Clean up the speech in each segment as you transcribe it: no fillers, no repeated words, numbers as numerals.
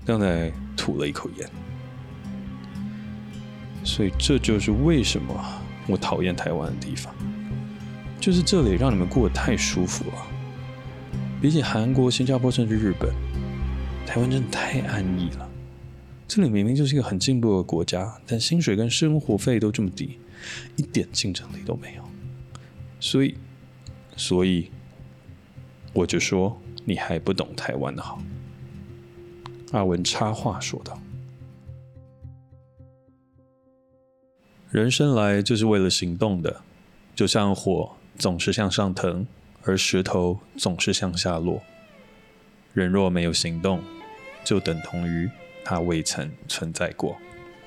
亮仔吐了一口烟。所以这就是为什么我讨厌台湾的地方，就是这里让你们过得太舒服了。比起韩国、新加坡甚至日本，台湾真的太安逸了。这里明明就是一个很进步的国家，但薪水跟生活费都这么低，一点竞争力都没有。所以我就说你还不懂台湾的好。阿文插话说道：人生来就是为了行动的，就像火总是向上腾，而石头总是向下落。人若没有行动，就等同于它未曾存在过。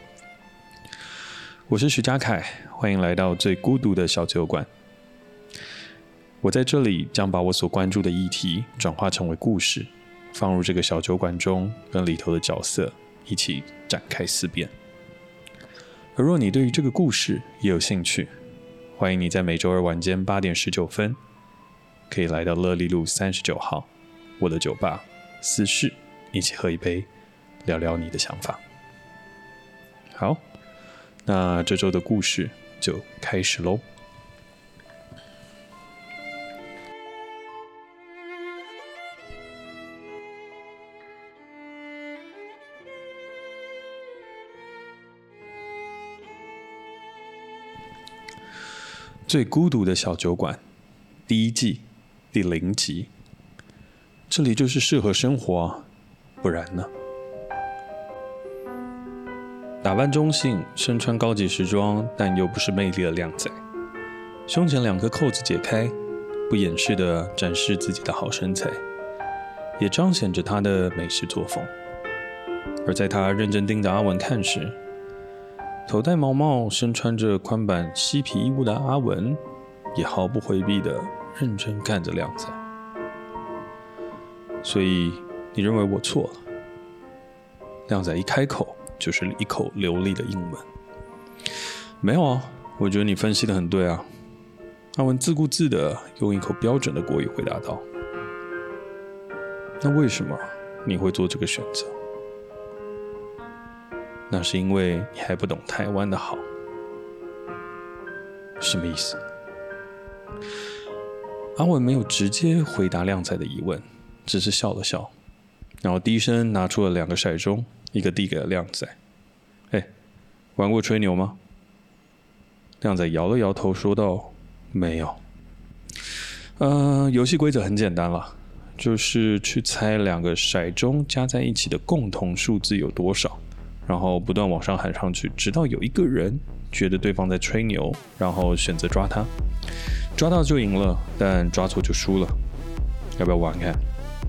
我是徐嘉凯，欢迎来到最孤独的小酒馆。我在这里将把我所关注的议题转化成为故事，放入这个小酒馆中，跟里头的角色一起展开思辨。而若你对于这个故事也有兴趣，欢迎你在每周二晚间8点19分，可以来到乐利路39号我的酒吧私事，一起喝一杯，聊聊你的想法。好，那这周的故事就开始咯。最孤独的小酒馆第1季第0集，这里就是适合生活啊，不然呢？打扮中性，身穿高级时装，但又不失魅力的靓仔，胸前2颗扣子解开，不掩饰地展示自己的好身材，也彰显着他的美式作风。而在他认真盯着阿文看时，头戴毛帽、身穿着宽版嬉皮衣物的阿文，也毫不回避地认真看着靓仔。所以你认为我错了？靓仔一开口就是一口流利的英文。没有啊，我觉得你分析得很对啊。阿文自顾自地用一口标准的国语回答道。那为什么你会做这个选择？那是因为你还不懂台湾的好。什么意思？阿文没有直接回答靓仔的疑问，只是笑了笑，然后低声拿出了2个骰盅，一个递给了靓仔。玩过吹牛吗？靓仔摇了摇头说道：没有。游戏规则很简单了，就是去猜2个骰盅加在一起的共同数字有多少，然后不断往上喊上去，直到有一个人觉得对方在吹牛，然后选择抓他，抓到就赢了，但抓错就输了。要不要玩看？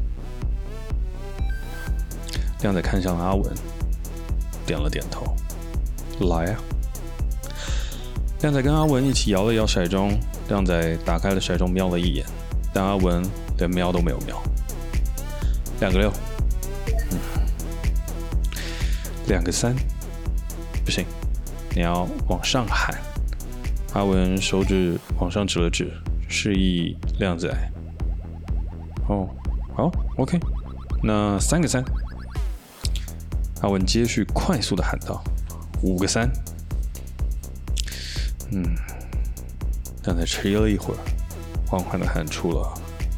靓仔看向了阿文，点了点头。来啊！靓仔跟阿文一起摇了摇骰盅，靓仔打开了骰盅瞄了一眼，但阿文连瞄都没有瞄。2个6。2个3，不行，你要往上喊。阿文手指往上指了指，示意靓仔。哦，好 ，OK， 那3个3。阿文接续快速的喊道：5个3。靓仔迟疑了一会儿，缓缓的喊出了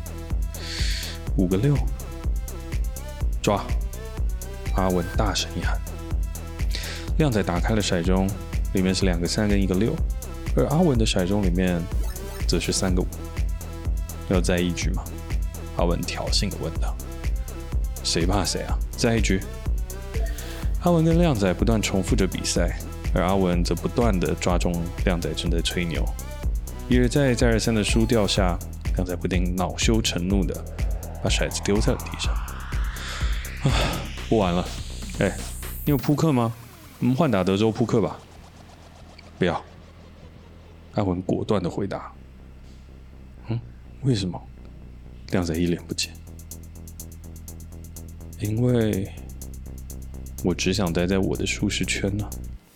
5个6。抓！阿文大声一喊。靓仔打开了骰盅，里面是2个3跟1个6，而阿文的骰盅里面则是3个5。要再一局吗？阿文挑衅地问道。谁怕谁啊？再一局！阿文跟靓仔不断重复着比赛，而阿文则不断地抓中靓仔正在吹牛。一而再再而三的输掉下，靓仔不禁恼羞成怒地把骰子丢在了地上。不玩了。你有扑克吗？我们换打德州扑克吧。不要。阿文果断地回答。为什么？靓仔一脸不解。因为我只想待在我的舒适圈呢。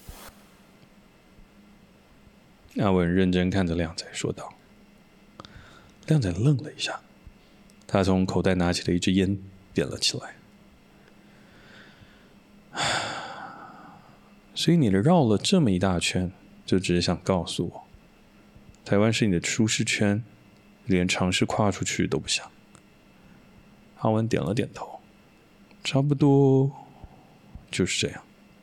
阿文认真看着靓仔说道。靓仔愣了一下，他从口袋拿起了一支烟，点了起来。 所以你绕了这么一大圈，就只是想告诉我，台湾是你的舒适圈，连尝试跨出去都不想。阿文点了点头，差不多就是这样。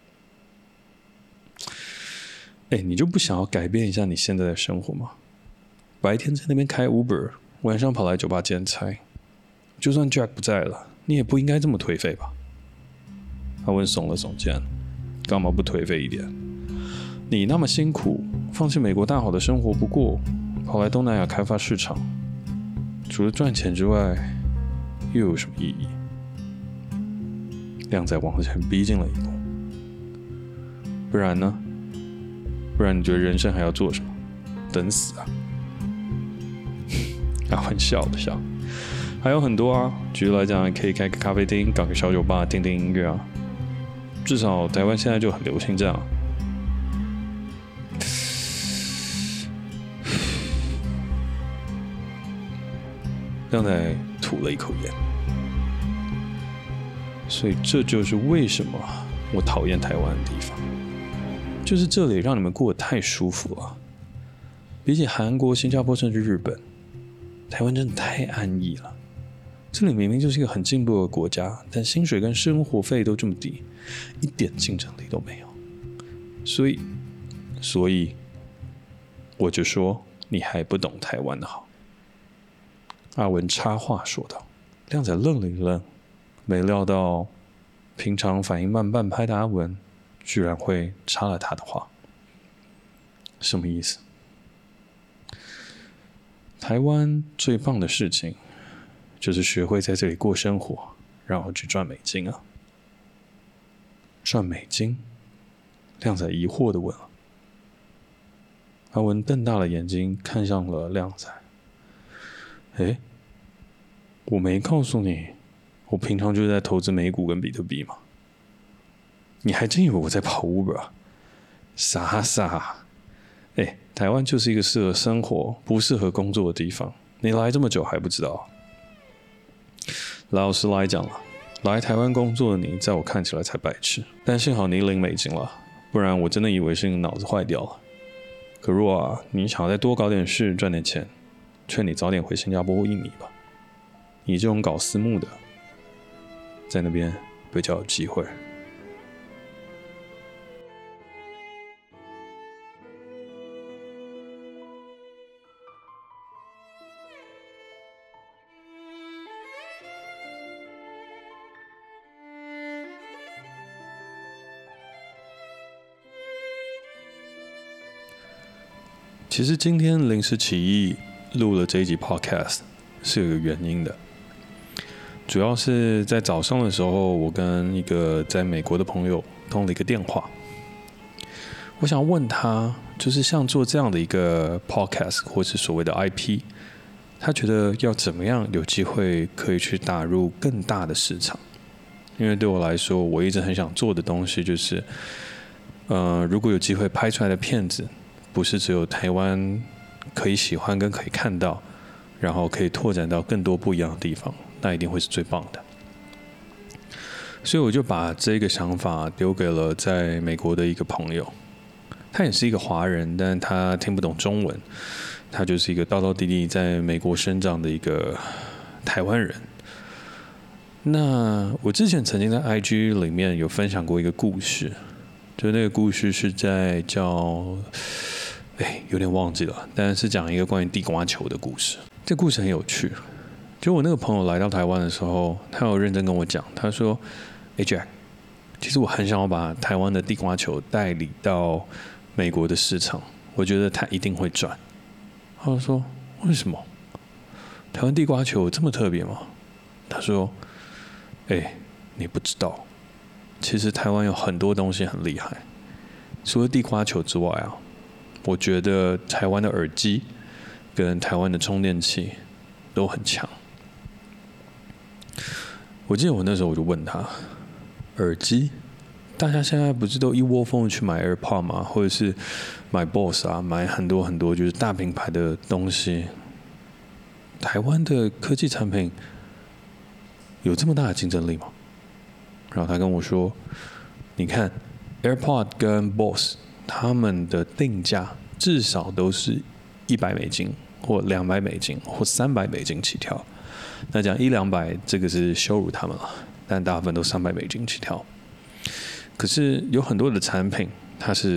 你就不想要改变一下你现在的生活吗？白天在那边开 Uber， 晚上跑来酒吧兼差，就算 Jack 不在了，你也不应该这么颓废吧？阿文耸了耸肩，干嘛不颓废一点？你那么辛苦，放弃美国大好的生活不过，跑来东南亚开发市场，除了赚钱之外，又有什么意义？靓仔往前逼近了一步。不然呢？不然你觉得人生还要做什么？等死啊！阿文笑了笑，还有很多啊。举例来讲，可以开个咖啡厅，搞个小酒吧，听听音乐啊。至少台湾现在就很流行这样。刚才吐了一口烟，所以这就是为什么我讨厌台湾的地方，就是这里让你们过得太舒服了。比起韩国、新加坡甚至日本，台湾真的太安逸了。这里明明就是一个很进步的国家，但薪水跟生活费都这么低，一点竞争力都没有。所以我就说你还不懂台湾的好。阿文插话说道。靓仔愣了一愣，没料到平常反应慢半拍的阿文居然会插了他的话。什么意思？台湾最棒的事情就是学会在这里过生活，然后去赚美金啊。赚美金？靓仔疑惑地问了。阿文瞪大了眼睛看向了靓仔。我没告诉你，我平常就是在投资美股跟比特币吗？你还真以为我在跑 Uber 啊？傻。台湾就是一个适合生活不适合工作的地方，你来这么久还不知道？老实来讲了，来台湾工作的你在我看起来才白痴，但幸好你领美金了，不然我真的以为是你脑子坏掉了。可若你想要再多搞点事赚点钱，劝你早点回新加坡或印尼吧。你这种搞私募的，在那边比较有机会。其实今天临时起意录了这一集 podcast 是有一个原因的，主要是在早上的时候，我跟一个在美国的朋友通了一个电话，我想问他，就是像做这样的一个 podcast 或是所谓的 IP， 他觉得要怎么样有机会可以去打入更大的市场？因为对我来说，我一直很想做的东西就是，如果有机会拍出来的片子，不是只有台湾可以喜欢跟可以看到，然后可以拓展到更多不一样的地方，那一定会是最棒的。所以我就把这个想法丢给了在美国的一个朋友，他也是一个华人，但他听不懂中文，他就是一个道道地地在美国生长的一个台湾人。那我之前曾经在 IG 里面有分享过一个故事，就那个故事是在叫有点忘记了，但是讲一个关于地瓜球的故事。这故事很有趣，就我那个朋友来到台湾的时候，他有认真跟我讲，他说Jack， 其实我很想要把台湾的地瓜球代理到美国的市场，我觉得他一定会赚。他说为什么？台湾地瓜球有这么特别吗？他说你不知道，其实台湾有很多东西很厉害，除了地瓜球之外啊，我觉得台湾的耳机跟台湾的充电器都很强。我记得我那时候我就问他，耳机，大家现在不是都一窝蜂去买 AirPod 吗？或者是买 Bose 啊，买很多很多就是大品牌的东西。台湾的科技产品有这么大的竞争力吗？然后他跟我说，你看 AirPod 跟 Bose 他们的定价至少都是$100或$200或$300起跳。那讲100-200这个是羞辱他们了，但大部分都$300起跳。可是有很多的产品它是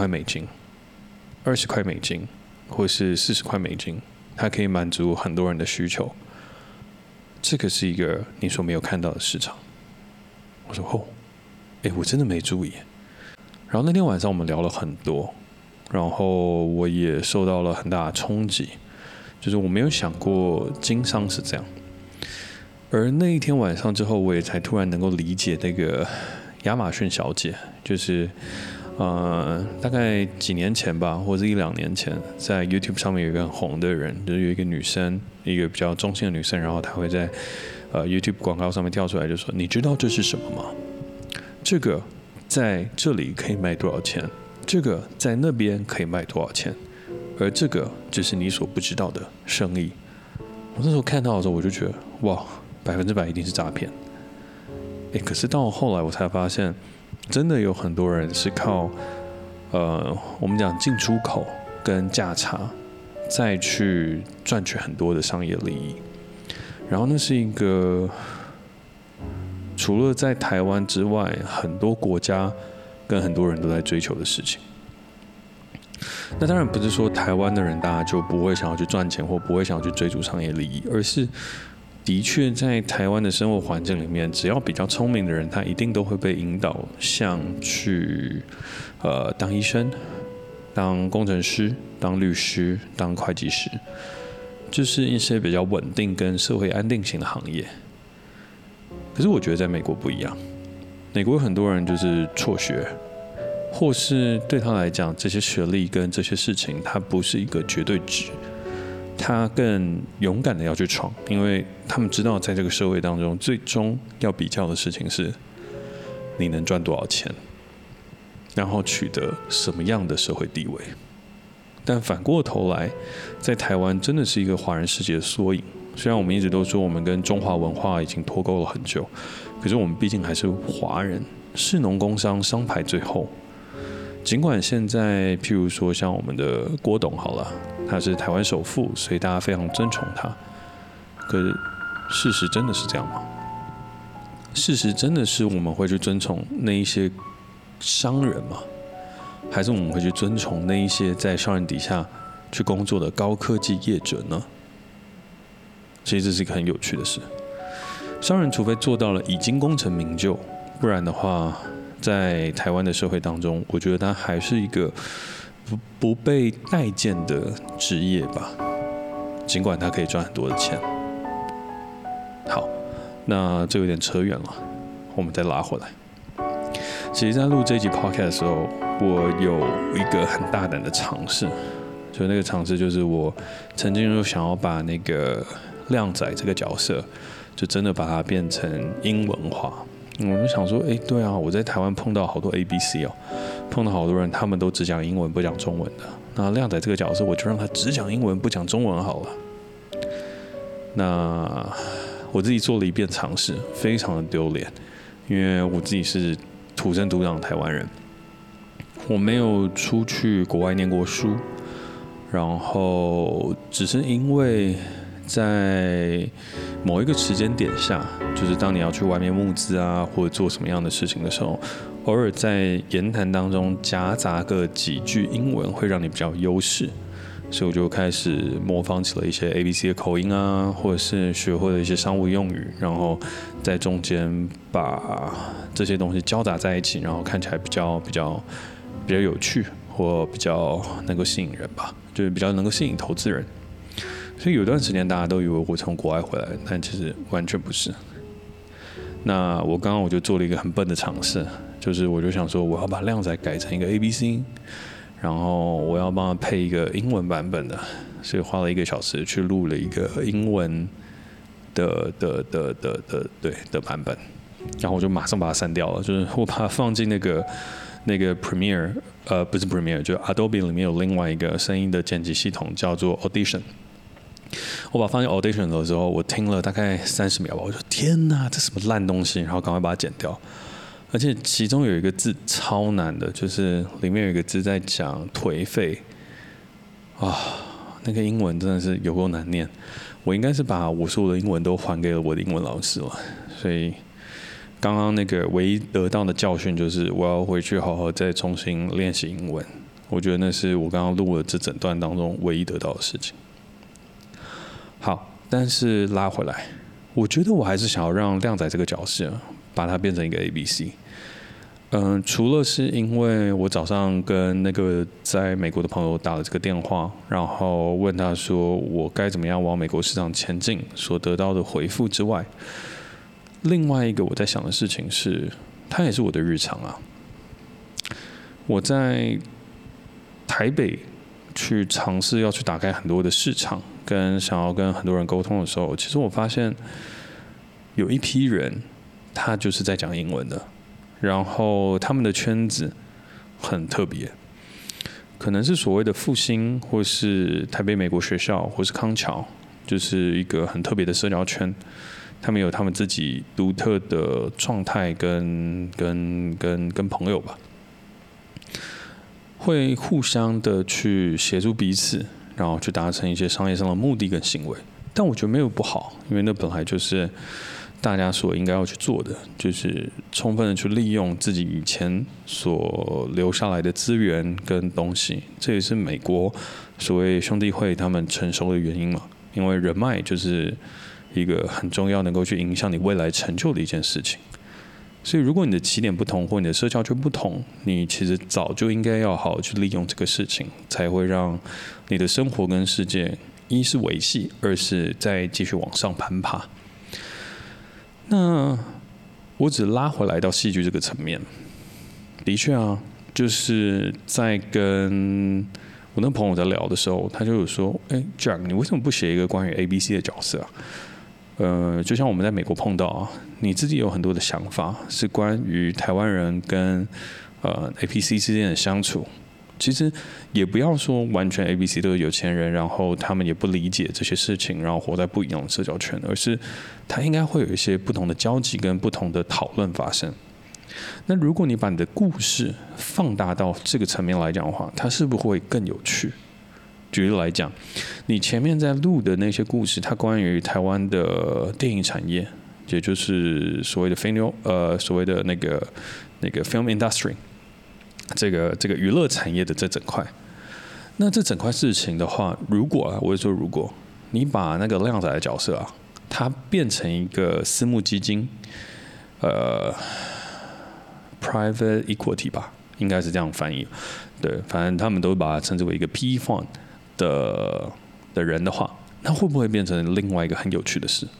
$30、$20或是$40，它可以满足很多人的需求。这个是一个你所没有看到的市场。我说我真的没注意。然后那天晚上我们聊了很多，然后我也受到了很大的冲击，就是我没有想过经商是这样。而那一天晚上之后，我也才突然能够理解那个亚马逊小姐，就是大概几年前吧，或者1-2年前，在 YouTube 上面有一个很红的人，就是有一个女生，一个比较中性的女生，然后她会在YouTube 广告上面跳出来，就说：“你知道这是什么吗？这个在这里可以卖多少钱？这个在那边可以卖多少钱？而这个就是你所不知道的生意。”我那时候看到的时候，我就觉得哇，100%一定是诈骗。可是到后来我才发现，真的有很多人是靠我们讲进出口跟价差，再去赚取很多的商业利益。然后那是一个除了在台湾之外，很多国家跟很多人都在追求的事情。那当然不是说台湾的人大家就不会想要去赚钱，或不会想要去追逐商业利益，而是的确在台湾的生活环境里面，只要比较聪明的人，他一定都会被引导像去当医生、当工程师、当律师、当会计师，就是一些比较稳定跟社会安定型的行业。可是我觉得在美国不一样，美国有很多人就是辍学，或是对他来讲，这些学历跟这些事情，它不是一个绝对值。他更勇敢的要去闯，因为他们知道在这个社会当中，最终要比较的事情是你能赚多少钱，然后取得什么样的社会地位。但反过头来，在台湾真的是一个华人世界的缩影。虽然我们一直都说我们跟中华文化已经脱钩了很久，可是我们毕竟还是华人，士农工商，商排最后。尽管现在譬如说像我们的郭董好了，他是台湾首富，所以大家非常尊崇他。可是事实真的是这样吗？事实真的是我们会去尊崇那一些商人吗？还是我们会去尊崇那一些在商人底下去工作的高科技业者呢？其实这是一个很有趣的事。商人除非做到了已经功成名就，不然的话，在台湾的社会当中，我觉得他还是一个不被待见的职业吧。尽管他可以赚很多的钱。好，那这有点扯远了，我们再拉回来。其实，在录这一集 podcast 的时候，我有一个很大胆的尝试，就那个尝试就是我曾经有想要把那个靓仔这个角色，就真的把它变成英文化。我就想说，对啊，我在台湾碰到好多 ABC 碰到好多人，他们都只讲英文不讲中文的。那靓仔这个角色，我就让他只讲英文不讲中文好了。那我自己做了一遍尝试，非常的丢脸，因为我自己是土生土长的台湾人，我没有出去国外念过书，然后只是因为在某一个时间点下，就是当你要去外面募资啊，或者做什么样的事情的时候，偶尔在言谈当中夹杂个几句英文，会让你比较有优势。所以我就开始模仿起了一些 ABC 的口音啊，或者是学会了一些商务用语，然后在中间把这些东西交杂在一起，然后看起来比较有趣，或比较能够吸引人吧，就是比较能够吸引投资人。所以有段时间大家都以为我从国外回来，但其实完全不是。那我刚刚我就做了一个很笨的尝试，就是我就想说我要把靓仔改成一个 ABC， 然后我要帮他配一个英文版本的，所以花了1个小时去录了一个英文的版本，然后我就马上把它删掉了，就是我把它放进那个 Premiere， 不是 Premiere， 就 Adobe 里面有另外一个声音的剪辑系统叫做 Audition。我把它放进 Audition 的时候，我听了大概30秒吧，我说天哪，这什么烂东西，然后赶快把它剪掉。 而且其中有一个字超难的，就是里面有一个字在讲颓废啊，那个英文真的是有够难念。我应该是把我所有的英文都还给了我的英文老师了，所以刚刚那个唯一得到的教训就是我要回去好好再重新练习英文。我觉得那是我刚刚录了这整段当中唯一得到的事情。好，但是拉回来，我觉得我还是想要让靓仔这个角色把它变成一个 ABC。除了是因为我早上跟那个在美国的朋友打了这个电话，然后问他说我该怎么样往美国市场前进所得到的回复之外，另外一个我在想的事情是，它也是我的日常啊。我在台北去尝试要去打开很多的市场，跟想要跟很多人沟通的时候，其实我发现有一批人他就是在讲英文的，然后他们的圈子很特别，可能是所谓的复兴，或是台北美国学校，或是康桥，就是一个很特别的社交圈。他们有他们自己独特的状态跟朋友吧，会互相的去协助彼此，然后去达成一些商业上的目的跟行为。但我觉得没有不好，因为那本来就是大家所应该要去做的，就是充分的去利用自己以前所留下来的资源跟东西。这也是美国所谓兄弟会他们成熟的原因嘛，因为人脉就是一个很重要能够去影响你未来成就的一件事情。所以如果你的起点不同，或你的社交圈不同，你其实早就应该要好好去利用这个事情，才会让你的生活跟世界一是维系，二是再继续往上攀爬。那我只拉回来到戏剧这个层面，的确啊，就是在跟我那朋友在聊的时候，他就有说：“Jack， 你为什么不写一个关于 ABC 的角色啊？”就像我们在美国碰到啊，你自己有很多的想法，是关于台湾人跟APC 之间的相处。其实也不要说完全 ABC 都是有钱人，然后他们也不理解这些事情，然后活在不一样的社交圈，而是他应该会有一些不同的交集跟不同的讨论发生。那如果你把你的故事放大到这个层面来讲的话，它是不是会更有趣？举例来讲，你前面在录的那些故事，它关于台湾的电影产业，也就是所谓的所谓的那个 film industry， 这个娱乐产业的这整块。那这整块事情的话，如果你把那个靓仔的角色啊，它变成一个私募基金，private equity 吧，应该是这样翻译。对，反正他们都把它称之为一个 PE fund 的人的话，那会不会变成另外一个很有趣的事？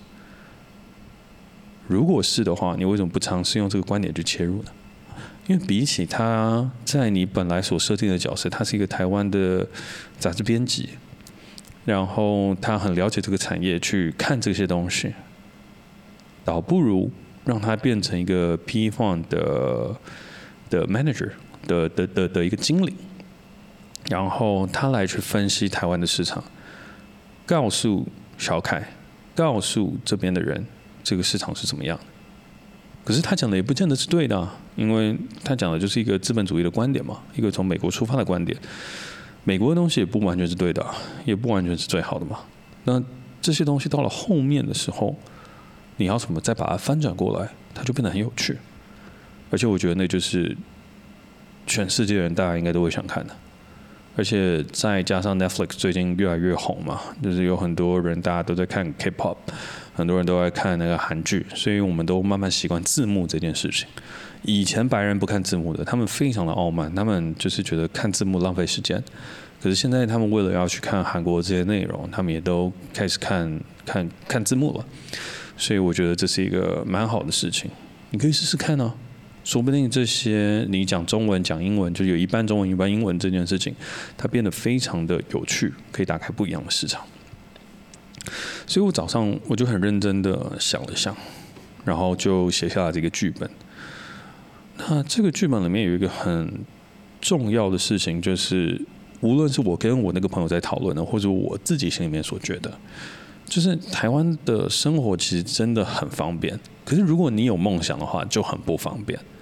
如果是的话，你为什么不尝试用这个观点去切入呢？因为比起他在你本来所设定的角色，他是一个台湾的杂志编辑，然后他很了解这个产业，去看这些东西，倒不如让他变成一个 PE fund 的 manager 的一个经理。然后他来去分析台湾的市场，告诉小凯，告诉这边的人，这个市场是怎么样的。可是他讲的也不见得是对的啊，因为他讲的就是一个资本主义的观点嘛，一个从美国出发的观点。美国的东西也不完全是对的啊，也不完全是最好的嘛。那这些东西到了后面的时候，你要怎么再把它翻转过来，它就变得很有趣。而且我觉得那就是全世界的人大家应该都会想看的。而且再加上 Netflix 最近越来越红嘛，就是有很多人大家都在看 K-pop， 很多人都在看那个韩剧，所以我们都慢慢习惯字幕这件事情。以前白人不看字幕的，他们非常的傲慢，他们就是觉得看字幕浪费时间。可是现在他们为了要去看韩国这些内容，他们也都开始看字幕了。所以我觉得这是一个蛮好的事情，你可以试试看啊。说不定这些你讲中文讲英文，就有一半中文一半英文这件事情，它变得非常的有趣，可以打开不一样的市场。所以我早上我就很认真的想了想，然后就写下了这个剧本。那这个剧本里面有一个很重要的事情，就是无论是我跟我那个朋友在讨论的，或者我自己心里面所觉得，就是台湾的生活其实真的很方便，可是如果你有梦想的话就很不方便。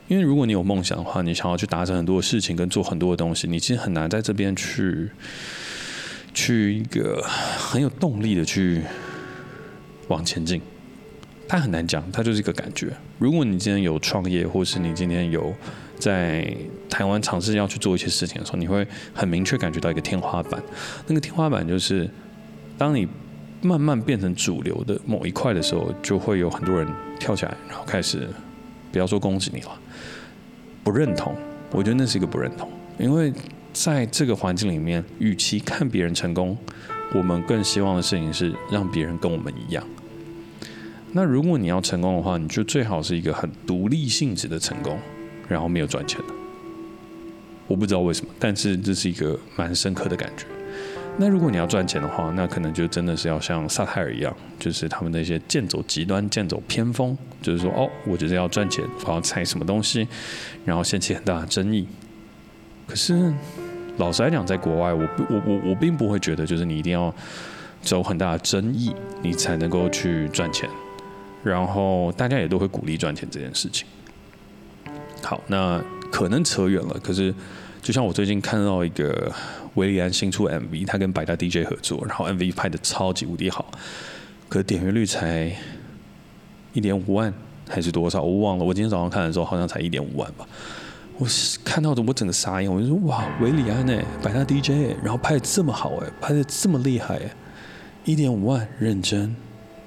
因为如果你有梦想的话，你想要去达成很多的事情跟做很多的东西，你其实很难在这边去一个很有动力的去往前进。它很难讲，它就是一个感觉。如果你今天有创业，或是你今天有在台湾尝试要去做一些事情的时候，你会很明确感觉到一个天花板。那个天花板就是当你慢慢变成主流的某一块的时候，就会有很多人跳起来，然后开始不要说攻击你了，不认同。我觉得那是一个不认同，因为在这个环境里面，与其看别人成功，我们更希望的事情是让别人跟我们一样。那如果你要成功的话，你就最好是一个很独立性质的成功，然后没有赚钱的。我不知道为什么，但是这是一个蛮深刻的感觉。那如果你要赚钱的话，那可能就真的是要像萨泰尔一样，就是他们那些剑走极端、剑走偏锋，就是说我就是要赚钱，我要踩什么东西，然后掀起很大的争议。可是老实来讲，在国外，我并不会觉得就是你一定要走很大的争议，你才能够去赚钱。然后大家也都会鼓励赚钱这件事情。好，那可能扯远了，可是就像我最近看到一个维里安新出的 MV， 他跟百大 DJ 合作，然后 MV 拍的超级无敌好，可是点阅率才1.5万还是多少，我忘了。我今天早上看的时候好像才1.5万吧。我看到的我整个傻眼，我就说哇，维里安百大 DJ， 然后拍的这么好拍的这么厉害1.5万，认真。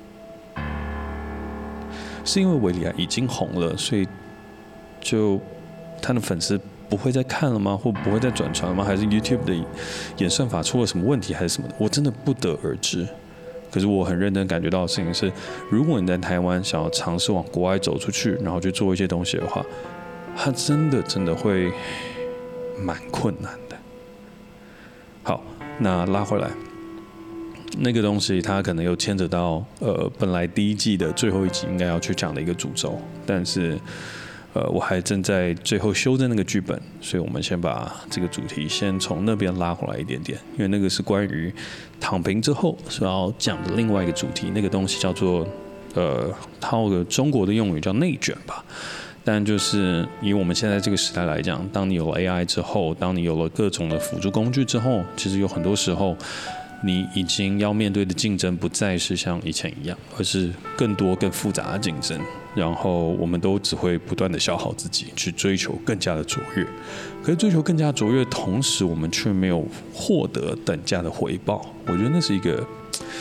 是因为维里安已经红了，所以就他的粉丝不会再看了吗？或不会再转传了吗？还是 YouTube 的演算法出了什么问题，还是什么的？我真的不得而知。可是我很认真感觉到的事情是，如果你在台湾想要尝试往国外走出去，然后去做一些东西的话，它真的会蛮困难的。好，那拉回来。那个东西它可能又牵扯到本来第一季的最后一集应该要去讲的一个主轴，但是我还正在最后修正那个剧本，所以我们先把这个主题先从那边拉回来一点点，因为那个是关于躺平之后所要讲的另外一个主题，那个东西叫做套个中国的用语叫内卷吧。但就是以我们现在这个时代来讲，当你有了 AI 之后，当你有了各种的辅助工具之后，其实有很多时候你已经要面对的竞争不再是像以前一样，而是更多更复杂的竞争，然后我们都只会不断的消耗自己去追求更加的卓越，可是追求更加卓越的同时，我们却没有获得等价的回报。我觉得那是一个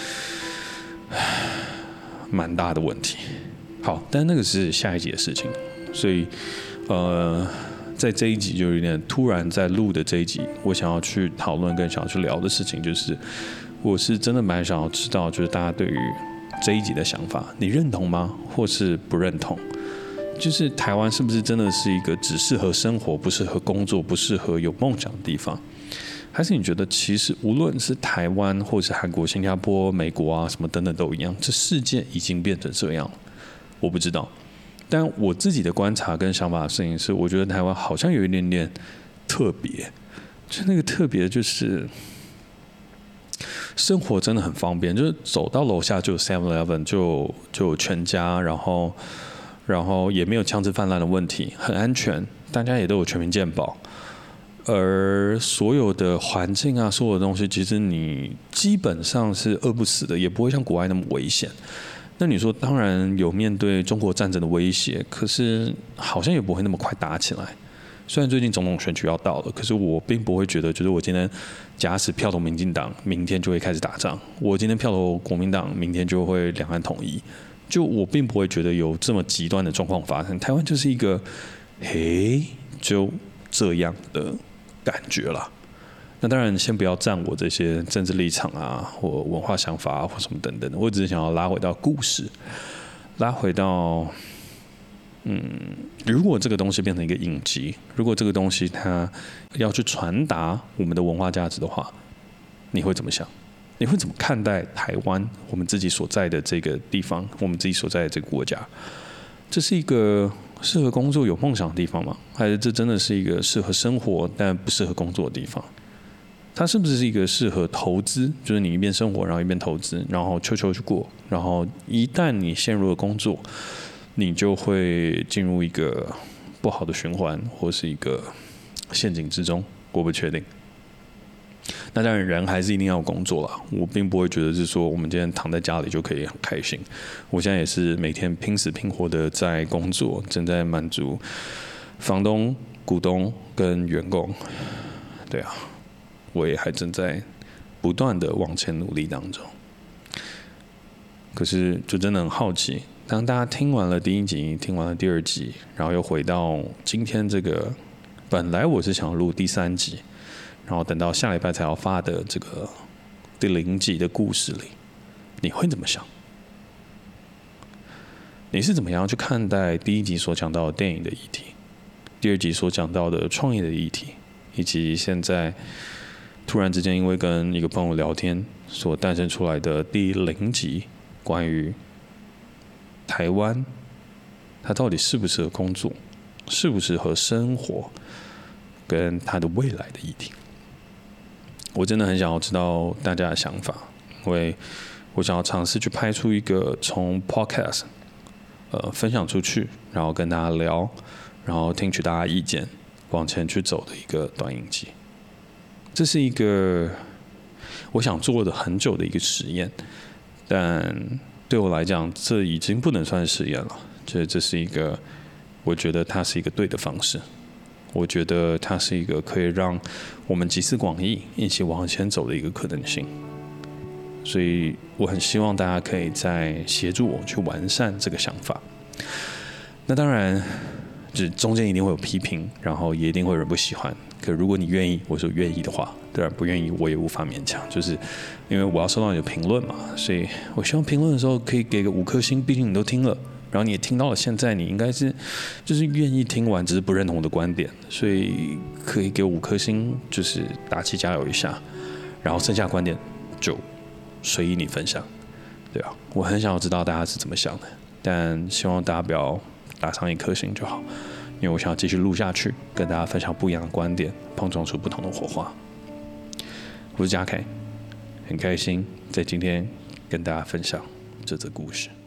蛮大的问题。好，但那个是下一集的事情，所以在这一集就有点突然在录的这一集，我想要去讨论跟想要去聊的事情，就是我是真的蛮想要知道，就是大家对于这一集的想法，你认同吗？或是不认同？就是台湾是不是真的是一个只适合生活、不适合工作、不适合有梦想的地方？还是你觉得其实无论是台湾或是韩国、新加坡、美国啊什么等等都一样，这世界已经变成这样了？我不知道。但我自己的观察跟想法的事情是，我觉得台湾好像有一点点特别，就那个特别就是生活真的很方便，就是走到楼下就有 7-Eleven， 就有全家，然后也没有枪支泛滥的问题，很安全，大家也都有全民健保，而所有的环境啊，所有的东西，其实你基本上是饿不死的，也不会像国外那么危险。那你说，当然有面对中国战争的威胁，可是好像也不会那么快打起来。虽然最近总统选举要到了，可是我并不会觉得，就是我今天假使票投民进党，明天就会开始打仗；我今天票投国民党，明天就会两岸统一。就我并不会觉得有这么极端的状况发生。台湾就是一个，就这样的感觉啦。那当然，先不要占我这些政治立场啊，或文化想法啊，或什么等等的。我只是想要拉回到故事，拉回到，如果这个东西变成一个影集，如果这个东西它要去传达我们的文化价值的话，你会怎么想？你会怎么看待台湾我们自己所在的这个地方，我们自己所在的这个国家？这是一个适合工作、有梦想的地方吗？还是这真的是一个适合生活但不适合工作的地方？它是不是一个适合投资？就是你一边生活，然后一边投资，然后秋秋去过，然后一旦你陷入了工作，你就会进入一个不好的循环或是一个陷阱之中，我不确定。那当然，人还是一定要有工作啦。我并不会觉得是说我们今天躺在家里就可以很开心。我现在也是每天拼死拼活的在工作，正在满足房东、股东跟员工。对啊，我也还正在不断的往前努力当中。可是就真的很好奇，当大家听完了第1集，听完了第2集，然后又回到今天这个，本来我是想录第3集。然后等到下礼拜才要发的这个第0集的故事里，你会怎么想？你是怎么样去看待第1集所讲到的电影的议题，第2集所讲到的创业的议题，以及现在突然之间因为跟一个朋友聊天所诞生出来的第0集关于台湾，它到底适不适合工作，适不适合生活，跟它的未来的议题？我真的很想要知道大家的想法，因为我想要尝试去拍出一个从 podcast 分享出去，然后跟大家聊，然后听取大家意见，往前去走的一个短影集。这是一个我想做的很久的一个实验，但对我来讲，这已经不能算是实验了。这是一个，我觉得它是一个对的方式。我觉得它是一个可以让我们集思广益一起往前走的一个可能性，所以我很希望大家可以再协助我去完善这个想法。那当然，就是中间一定会有批评，然后也一定会有人不喜欢。可如果你愿意，我说愿意的话，当然不愿意我也无法勉强，就是因为我要收到你的评论嘛，所以我希望评论的时候可以给个5颗星，毕竟你都听了。然后你也听到了，现在你应该是就是愿意听完，只是不认同我的观点，所以可以给我5颗星，就是打气加油一下。然后剩下观点就随意你分享，对啊，我很想要知道大家是怎么想的，但希望大家不要打上1颗星就好，因为我想要继续录下去，跟大家分享不一样的观点，碰撞出不同的火花。我是嘉凯，很开心在今天跟大家分享这则故事。